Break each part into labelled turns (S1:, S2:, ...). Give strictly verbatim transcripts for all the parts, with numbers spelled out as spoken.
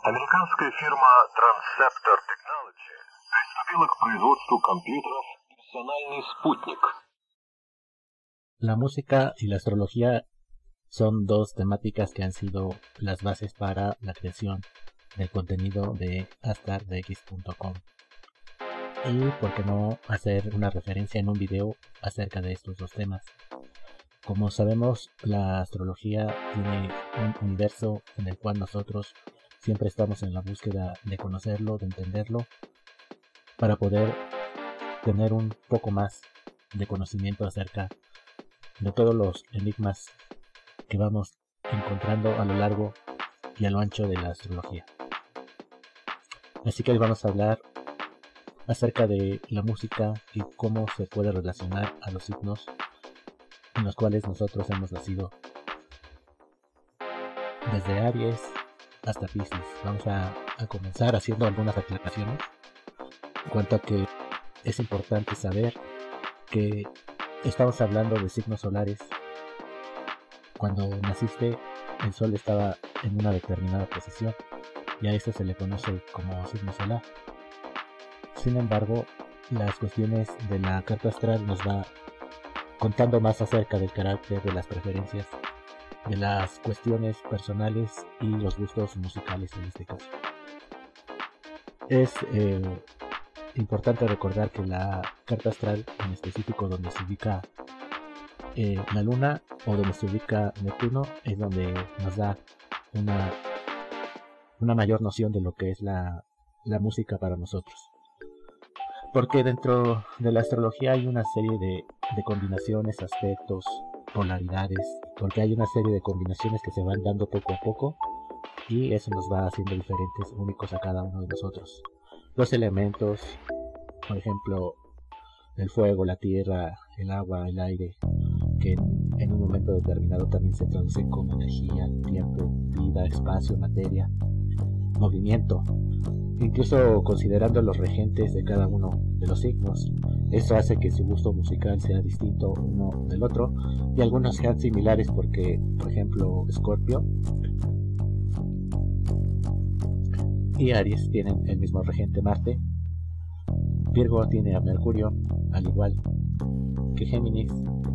S1: Американская фирма Transceptor Technology приступила к производству компьютеров «Персональный спутник».
S2: La música y la astrología son dos temáticas que han sido las bases para la creación del contenido de astardx punto com. Y por qué no hacer una referencia en un video acerca de estos dos temas. Como sabemos, la astrología tiene un universo en el cual nosotros siempre estamos en la búsqueda de conocerlo, de entenderlo, para poder tener un poco más de conocimiento acerca de todos los enigmas que vamos encontrando a lo largo y a lo ancho de la astrología. Así que hoy vamos a hablar acerca de la música y cómo se puede relacionar a los signos en los cuales nosotros hemos nacido, desde Aries hasta Piscis. Vamos a, a comenzar haciendo algunas aclaraciones en cuanto a que es importante saber que estamos hablando de signos solares. Cuando naciste, el sol estaba en una determinada posición y a eso se le conoce como signo solar. Sin embargo, las cuestiones de la carta astral nos va contando más acerca del carácter, de las preferencias, de las cuestiones personales y los gustos musicales en este caso. Es eh, importante recordar que la carta astral, en específico donde se ubica eh, la luna o donde se ubica Neptuno, es donde nos da una, una mayor noción de lo que es la, la música para nosotros. Porque dentro de la astrología hay una serie de, de combinaciones, aspectos, polaridades, porque hay una serie de combinaciones que se van dando poco a poco y eso nos va haciendo diferentes, únicos a cada uno de nosotros. Los elementos, por ejemplo, el fuego, la tierra, el agua, el aire, que en, en un momento determinado también se traducen como energía, tiempo, vida, espacio, materia, movimiento. Incluso considerando los regentes de cada uno de los signos, eso hace que su gusto musical sea distinto uno del otro y algunos sean similares porque, por ejemplo, Escorpio y Aries tienen el mismo regente Marte, Virgo tiene a Mercurio, al igual que Géminis,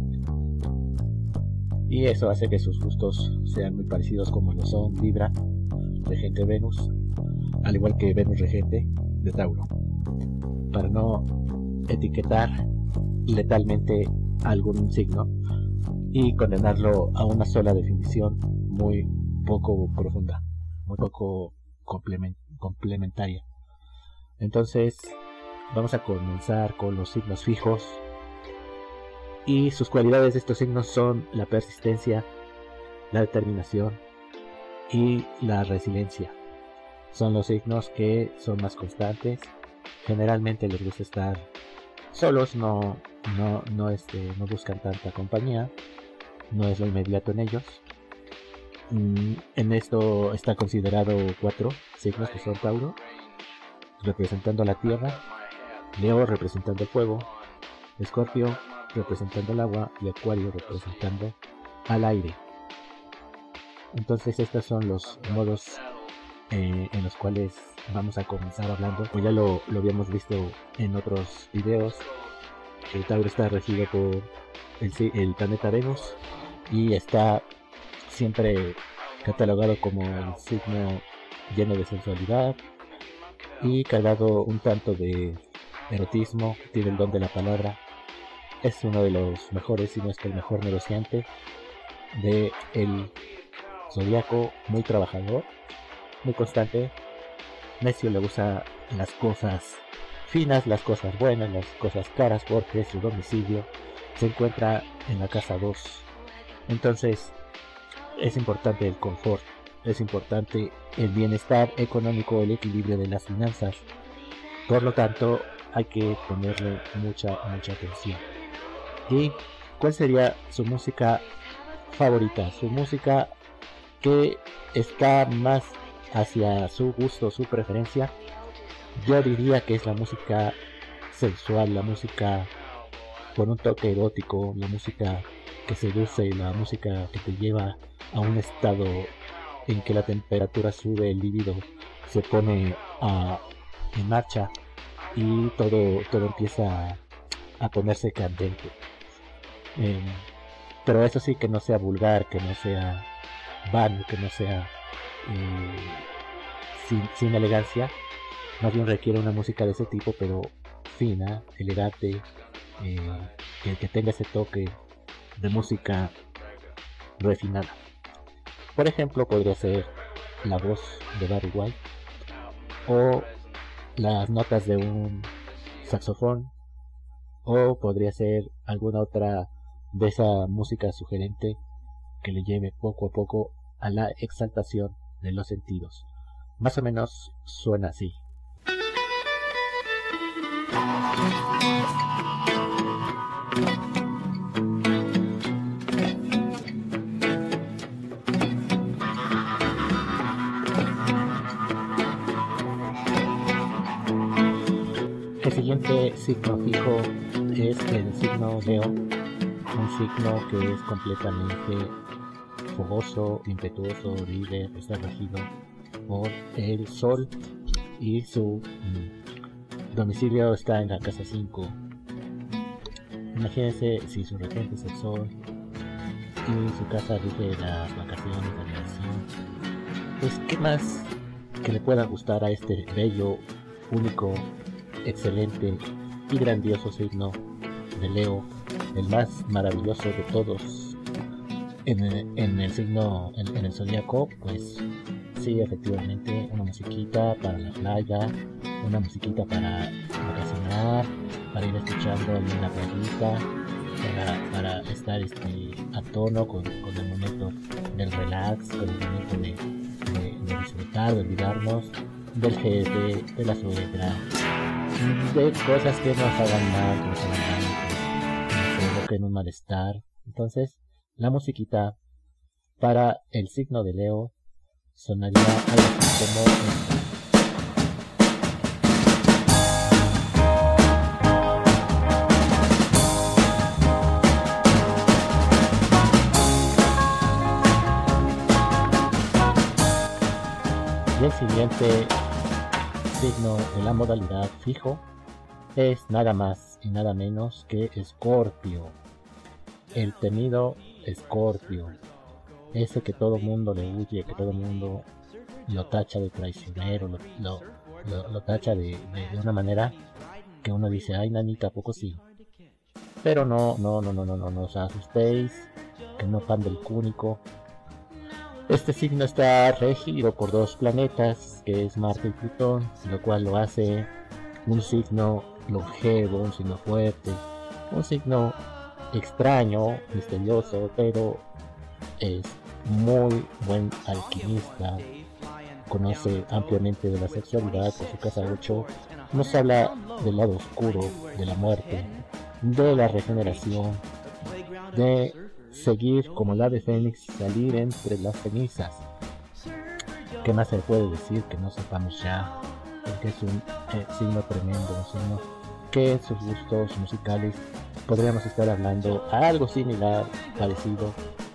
S2: y eso hace que sus gustos sean muy parecidos como lo son Libra, regente Venus, al igual que Venus regente de Tauro, para no etiquetar letalmente algún signo y condenarlo a una sola definición muy poco profunda, muy poco complement complementaria. Entonces vamos a comenzar con los signos fijos, y sus cualidades de estos signos son la persistencia, la determinación y la resiliencia. Son los signos que son más constantes, generalmente les gusta estar solos, no, no, no, este, no buscan tanta compañía, no es lo inmediato en ellos. Mm, en esto está considerado cuatro signos, que son Tauro, representando la tierra, Leo representando el fuego, Escorpio representando el agua y Acuario representando al aire. Entonces estos son los modos Eh, en los cuales vamos a comenzar hablando. Como ya lo, lo habíamos visto en otros videos, el Tauro está regido por el, el planeta Venus y está siempre catalogado como un signo lleno de sensualidad y cargado un tanto de erotismo. Tiene el don de la palabra, es uno de los mejores, si no es que el mejor negociante de el zodiaco, muy trabajador, muy constante, necio, le gusta las cosas finas, las cosas buenas, las cosas caras, porque su domicilio se encuentra en la casa dos. Entonces es importante el confort, es importante el bienestar económico, el equilibrio de las finanzas. Por lo tanto hay que ponerle mucha mucha atención. ¿Y cuál sería su música favorita? Su música que está más hacia su gusto, su preferencia. Yo diría que es la música sensual, la música con un toque erótico, la música que seduce, la música que te lleva a un estado en que la temperatura sube, el líbido se pone a, en marcha y todo, todo empieza a, a ponerse candente. Eh, pero eso sí, que no sea vulgar, que no sea vano, que no sea eh, sin, sin elegancia. Más bien requiere una música de ese tipo, pero fina, elegante, eh, que, que tenga ese toque de música refinada. Por ejemplo, podría ser la voz de Barry White o las notas de un saxofón, o podría ser alguna otra de esa música sugerente que le lleve poco a poco a la exaltación de los sentidos. Más o menos suena así. El siguiente signo fijo es el signo Leo, un signo que es completamente fogoso, impetuoso, líder, está regido por el Sol y su mm, domicilio está en la casa cinco. Imagínense si su regente es el Sol y su casa rige las vacaciones, la diversión. Pues qué más que le pueda gustar a este bello, único, excelente y grandioso signo de Leo, el más maravilloso de todos en el, en el signo, en, en el zodíaco. Pues sí, efectivamente, una musiquita para la playa, una musiquita para vacacionar, para ir escuchando en la playita, para, para estar este, a tono con, con el momento del relax, con el momento de, de, de disfrutar, de olvidarnos del jefe, de la suegra, de cosas que nos hagan mal, que nos hagan daño, que nos provoquen un malestar. Entonces, la musiquita para el signo de Leo sonaría algo así como esto. Y el siguiente signo de la modalidad fijo es nada más y nada menos que Escorpio, el temido Escorpio, ese que todo mundo le huye, que todo mundo lo tacha de traicionero, lo, lo, lo, lo tacha de, de, de una manera que uno dice, ay nanita, ¿a poco sí? Pero no, no, no, no, no, no, no os asustéis, que no pan del cúnico. Este signo está regido por dos planetas, que es Marte y Plutón, lo cual lo hace un signo longevo, un signo fuerte, un signo extraño, misterioso, pero es muy buen alquimista, conoce ampliamente de la sexualidad. Por su casa ocho nos habla del lado oscuro, de la muerte, de la regeneración, de seguir como el ave fénix, salir entre las cenizas. ¿Qué más se puede decir que no sepamos ya? Porque es un eh, signo tremendo, un signo que en sus gustos musicales podríamos estar hablando algo similar, parecido,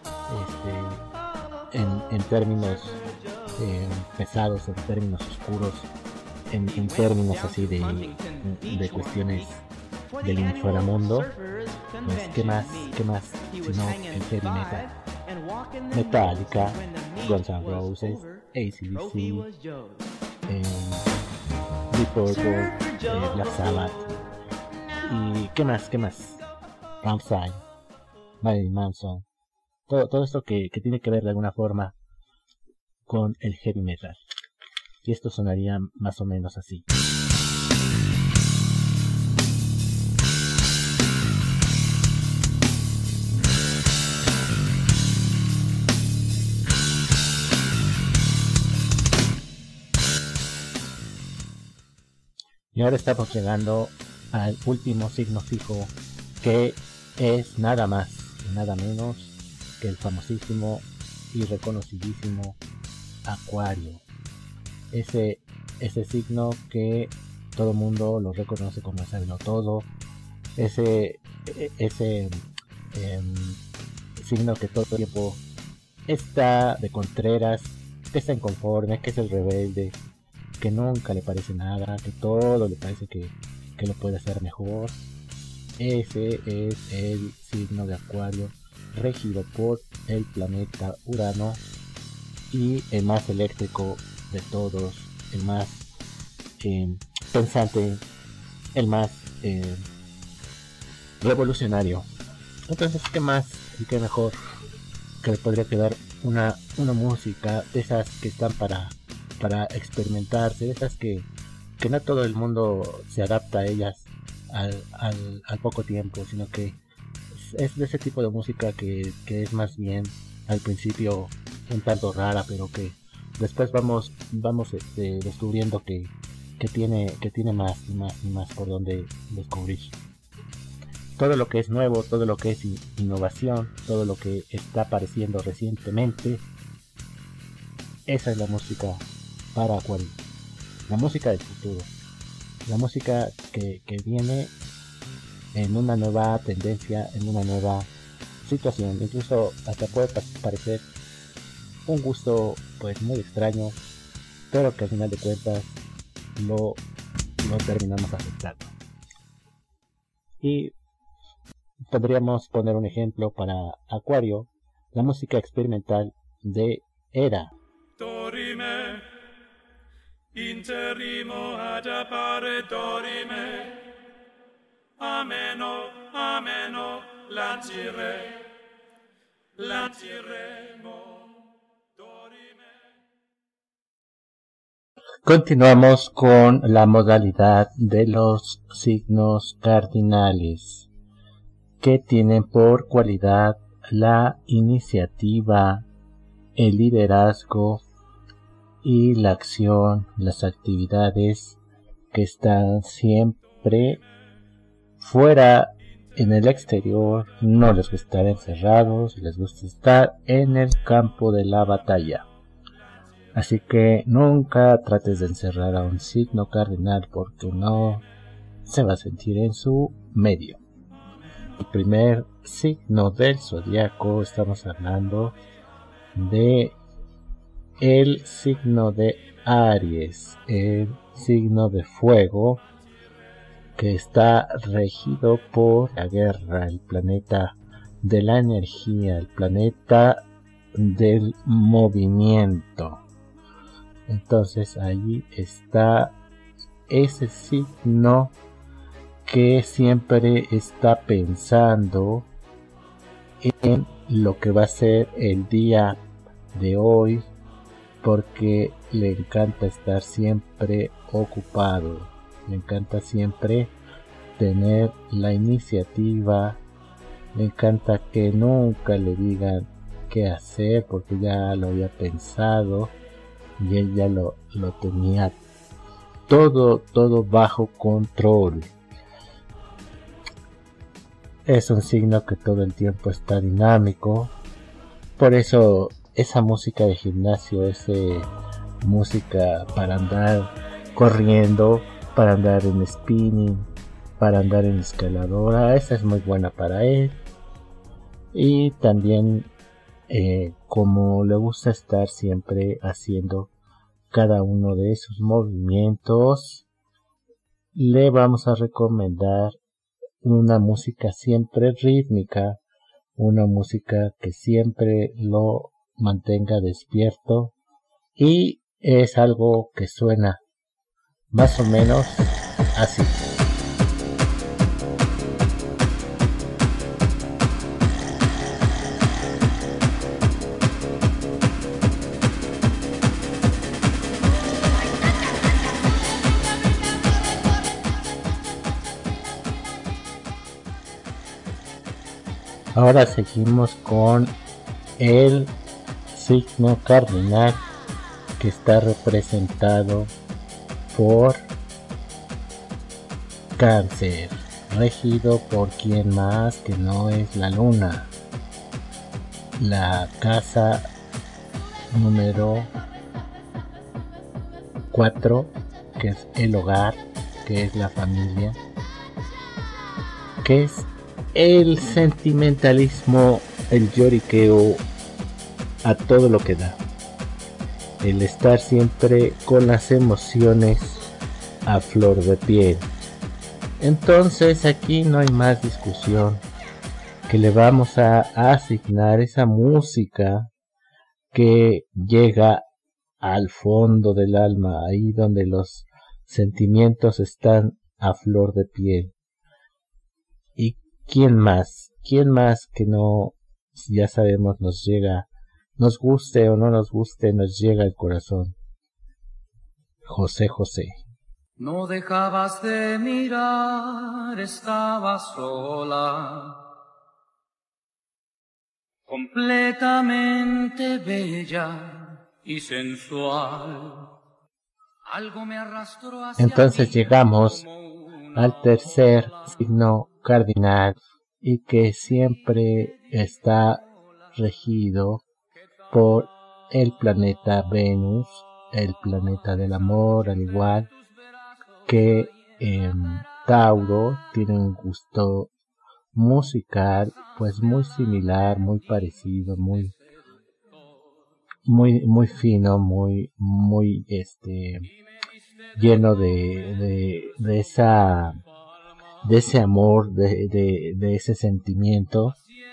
S2: este, en, en términos eh, pesados, en términos oscuros, en, en términos así de, de cuestiones del inframundo. Pues qué más, qué más, sino el heavy metal, Metallica, Guns N' Roses, A C D C, eh, Deep Purple, eh, Black Sabbath, y qué más, qué más, Rammstein, Marilyn Manson, todo, todo esto que, que tiene que ver de alguna forma con el heavy metal. Y esto sonaría más o menos así. Y ahora estamos llegando al último signo fijo, que es nada más y nada menos que el famosísimo y reconocidísimo Acuario. Ese, ese signo que todo el mundo lo reconoce como el sabio todo, ese, ese eh, signo que todo el tiempo está de contreras, que está inconforme, que es el rebelde, que nunca le parece nada, que todo le parece que, que lo puede hacer mejor. Ese es el signo de Acuario, regido por el planeta Urano y el más eléctrico de todos, el más eh, pensante, el más eh, revolucionario. Entonces, ¿qué más y qué mejor que le podría quedar una, una música de esas que están para, para experimentarse, de esas que, que no todo el mundo se adapta a ellas al, al, al poco tiempo, sino que es, es de ese tipo de música que, que es más bien al principio un tanto rara, pero que después vamos vamos este, descubriendo que, que tiene que tiene más y más y más por donde descubrir. Todo lo que es nuevo, todo lo que es in- innovación, todo lo que está apareciendo recientemente, esa es la música para Acuario, la música del futuro, la música que, que viene en una nueva tendencia, en una nueva situación. Incluso hasta puede pa- parecer un gusto pues muy extraño, pero que al final de cuentas lo, lo terminamos aceptando. Y podríamos poner un ejemplo para Acuario, la música experimental de Era.
S3: Dorime, interimo ad appare dorime, ameno, ameno, lancire, lanciremo, dorime.
S2: Continuamos con la modalidad de los signos cardinales, que tienen por cualidad la iniciativa, el liderazgo y la acción, las actividades que están siempre fuera en el exterior, no les gusta estar encerrados, les gusta estar en el campo de la batalla. Así que nunca trates de encerrar a un signo cardinal porque no se va a sentir en su medio. El primer signo del zodiaco, estamos hablando de el signo de Aries, el signo de fuego que está regido por la guerra, el planeta de la energía, el planeta del movimiento. Entonces ahí está ese signo que siempre está pensando en lo que va a ser el día de hoy, porque le encanta estar siempre ocupado, le encanta siempre tener la iniciativa, le encanta que nunca le digan qué hacer porque ya lo había pensado y él ya lo, lo tenía todo, todo bajo control. Es un signo que todo el tiempo está dinámico, por eso esa música de gimnasio, esa música para andar corriendo, para andar en spinning, para andar en escaladora, esa es muy buena para él. Y también eh, como le gusta estar siempre haciendo cada uno de esos movimientos, le vamos a recomendar una música siempre rítmica, una música que siempre lo mantenga despierto, y es algo que suena más o menos así. Ahora seguimos con el signo cardinal que está representado por Cáncer, regido por quien más que no es la luna, la casa número cuatro, que es el hogar, que es la familia, que es el sentimentalismo, el lloriqueo a todo lo que da. el estar siempre con las emociones a flor de piel. Entonces aquí no hay más discusión, que le vamos a asignar esa música que llega al fondo del alma, ahí donde los sentimientos están a flor de piel. ¿Y quién más? ¿Quién más que no, ya sabemos, nos llega, nos guste o no nos guste, nos llega al corazón? José José.
S4: No dejabas de mirar, estaba sola, completamente bella y sensual. Algo me arrastró hacia
S2: Entonces
S4: ti
S2: llegamos
S4: como
S2: al tercer signo cardinal y que siempre está regido por el planeta Venus, el planeta del amor, al igual que eh, Tauro tiene un gusto musical pues muy similar, muy parecido, muy muy muy fino, muy muy este lleno de de, de esa de ese amor, de, de de ese sentimiento.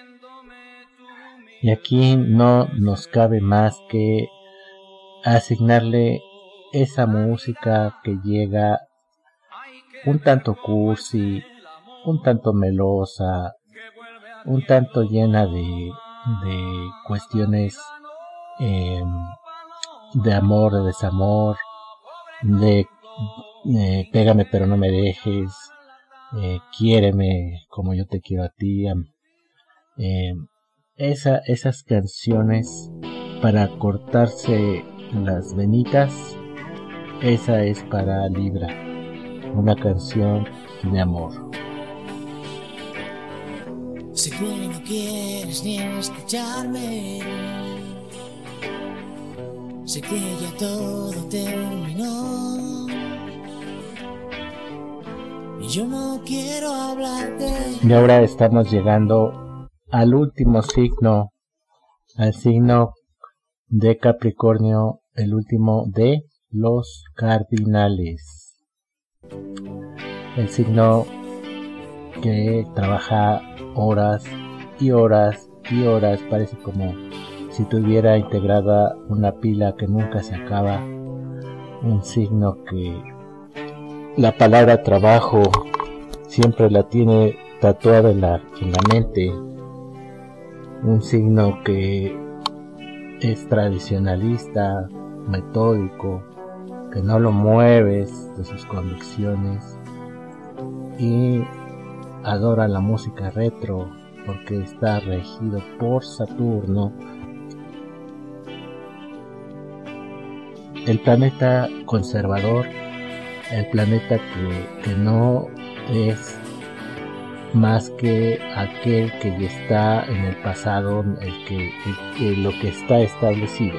S2: Y aquí no nos cabe más que asignarle esa música que llega un tanto cursi, un tanto melosa, un tanto llena de, de cuestiones eh, de amor, de desamor, de eh, pégame pero no me dejes, eh, quiéreme como yo te quiero a ti. Eh, esa, esas canciones para cortarse las venitas, esa es para Libra, una canción de amor.
S5: Sé que no quieres ni escucharme, sé que ya todo terminó y yo no quiero hablarte.
S2: Y ahora estamos llegando al último signo, al signo de Capricornio, el último de los cardinales. El signo que trabaja horas y horas y horas, parece como si tuviera integrada una pila que nunca se acaba. Un signo que la palabra trabajo siempre la tiene tatuada en la, en la mente. Un signo que es tradicionalista, metódico, que no lo mueves de sus convicciones y adora la música retro porque está regido por Saturno, el planeta conservador, el planeta que, que no es más que aquel que ya está en el pasado, el que, el que lo que está establecido,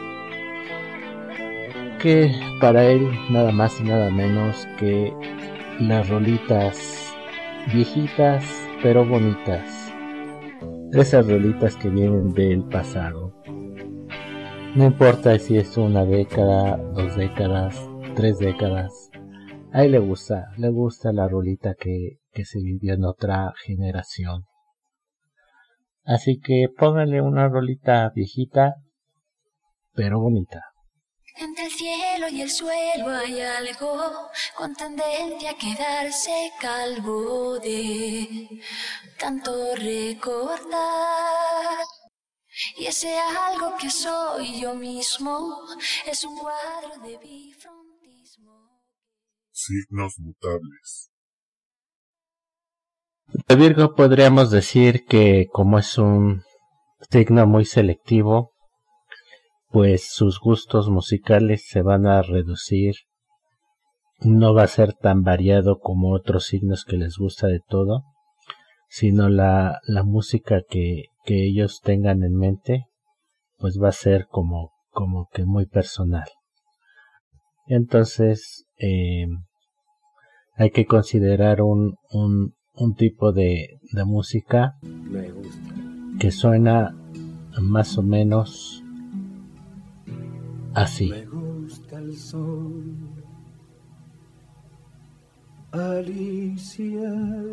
S2: que para él nada más y nada menos que las rolitas viejitas pero bonitas, esas rolitas que vienen del pasado. No importa si es una década, dos décadas, tres décadas, a él le gusta, le gusta la rolita que, que se vivió en otra generación. Así que pónganle una rolita viejita pero bonita.
S6: Entre el cielo y el suelo hay algo con tendencia a quedarse calvo de tanto recordar. Y ese algo que soy yo mismo es un cuadro de bifrontismo.
S7: Signos mutables.
S2: De Virgo podríamos decir que como es un signo muy selectivo, pues sus gustos musicales se van a reducir, no va a ser tan variado como otros signos que les gusta de todo, sino la, la música que, que ellos tengan en mente, pues va a ser como, como que muy personal. Entonces, eh, hay que considerar un, un, un tipo de, de música que suena más o menos así.
S8: Me gusta el sol, Alicia,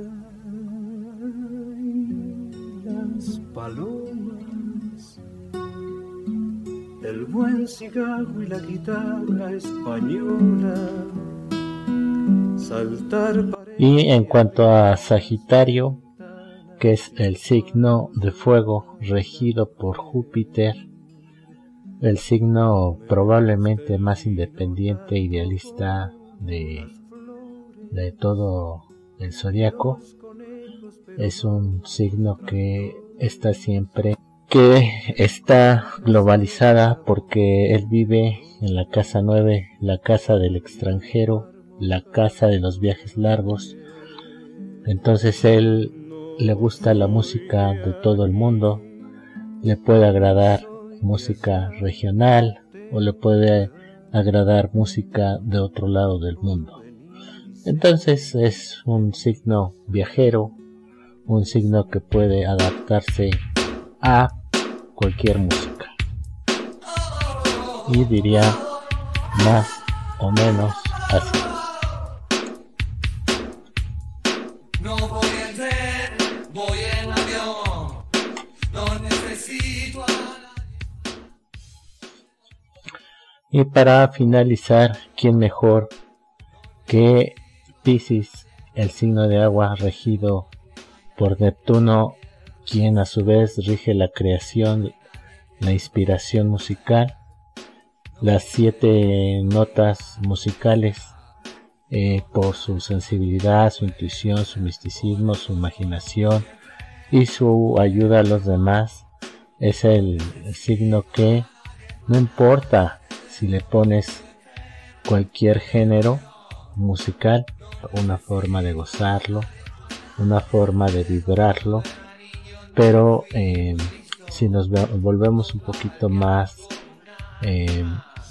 S8: y las palomas, el buen cigarro y la guitarra española, saltar paredes.
S2: Y en cuanto a Sagitario, que es el signo de fuego regido por Júpiter, el signo probablemente más independiente e idealista de, de todo el zodiaco, es un signo que está siempre, que está globalizada porque él vive en la casa nueve, la casa del extranjero, la casa de los viajes largos. Entonces él le gusta la música de todo el mundo, le puede agradar música regional o le puede agradar música de otro lado del mundo. Entonces es un signo viajero, un signo que puede adaptarse a cualquier música. Y diría más o menos así.
S9: No voy en tren, voy en avión, no necesito a nadie.
S2: Y para finalizar, ¿quién mejor que Piscis, el signo de agua regido por Neptuno, quien a su vez rige la creación, la inspiración musical, las siete notas musicales, eh, por su sensibilidad, su intuición, su misticismo, su imaginación y su ayuda a los demás? Es el signo que no importa si le pones cualquier género musical, una forma de gozarlo, una forma de vibrarlo, pero eh, si nos volvemos un poquito más eh,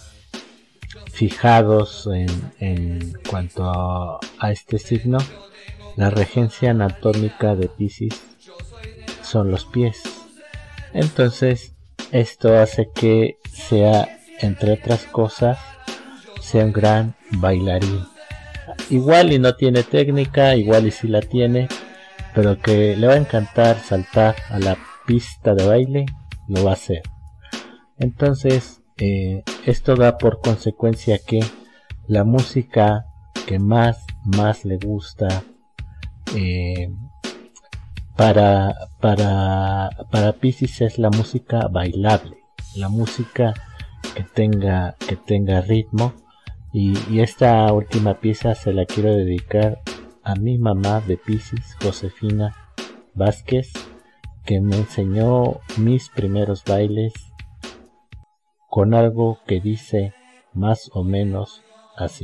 S2: fijados en, en cuanto a, a este signo, la regencia anatómica de Piscis son los pies. Entonces esto hace que sea, entre otras cosas, sea un gran bailarín. Igual y no tiene técnica, igual y sí la tiene, pero que le va a encantar saltar a la pista de baile, lo va a hacer. Entonces eh, esto da por consecuencia que la música que más más le gusta eh, para para para Piscis es la música bailable, la música que tenga que tenga ritmo. Y, y esta última pieza se la quiero dedicar a mi mamá de Piscis, Josefina Vázquez, que me enseñó mis primeros bailes con algo que dice más o menos así.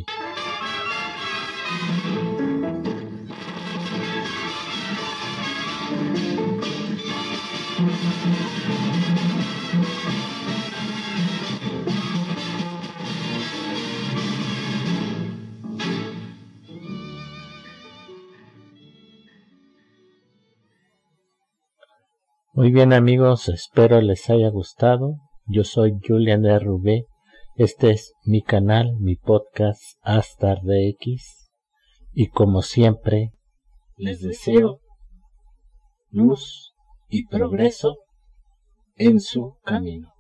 S2: Muy bien amigos, espero les haya gustado. Yo soy Julian de Rubé. Este es mi canal, mi podcast Astar D X. Y como siempre, les deseo luz y progreso en su camino.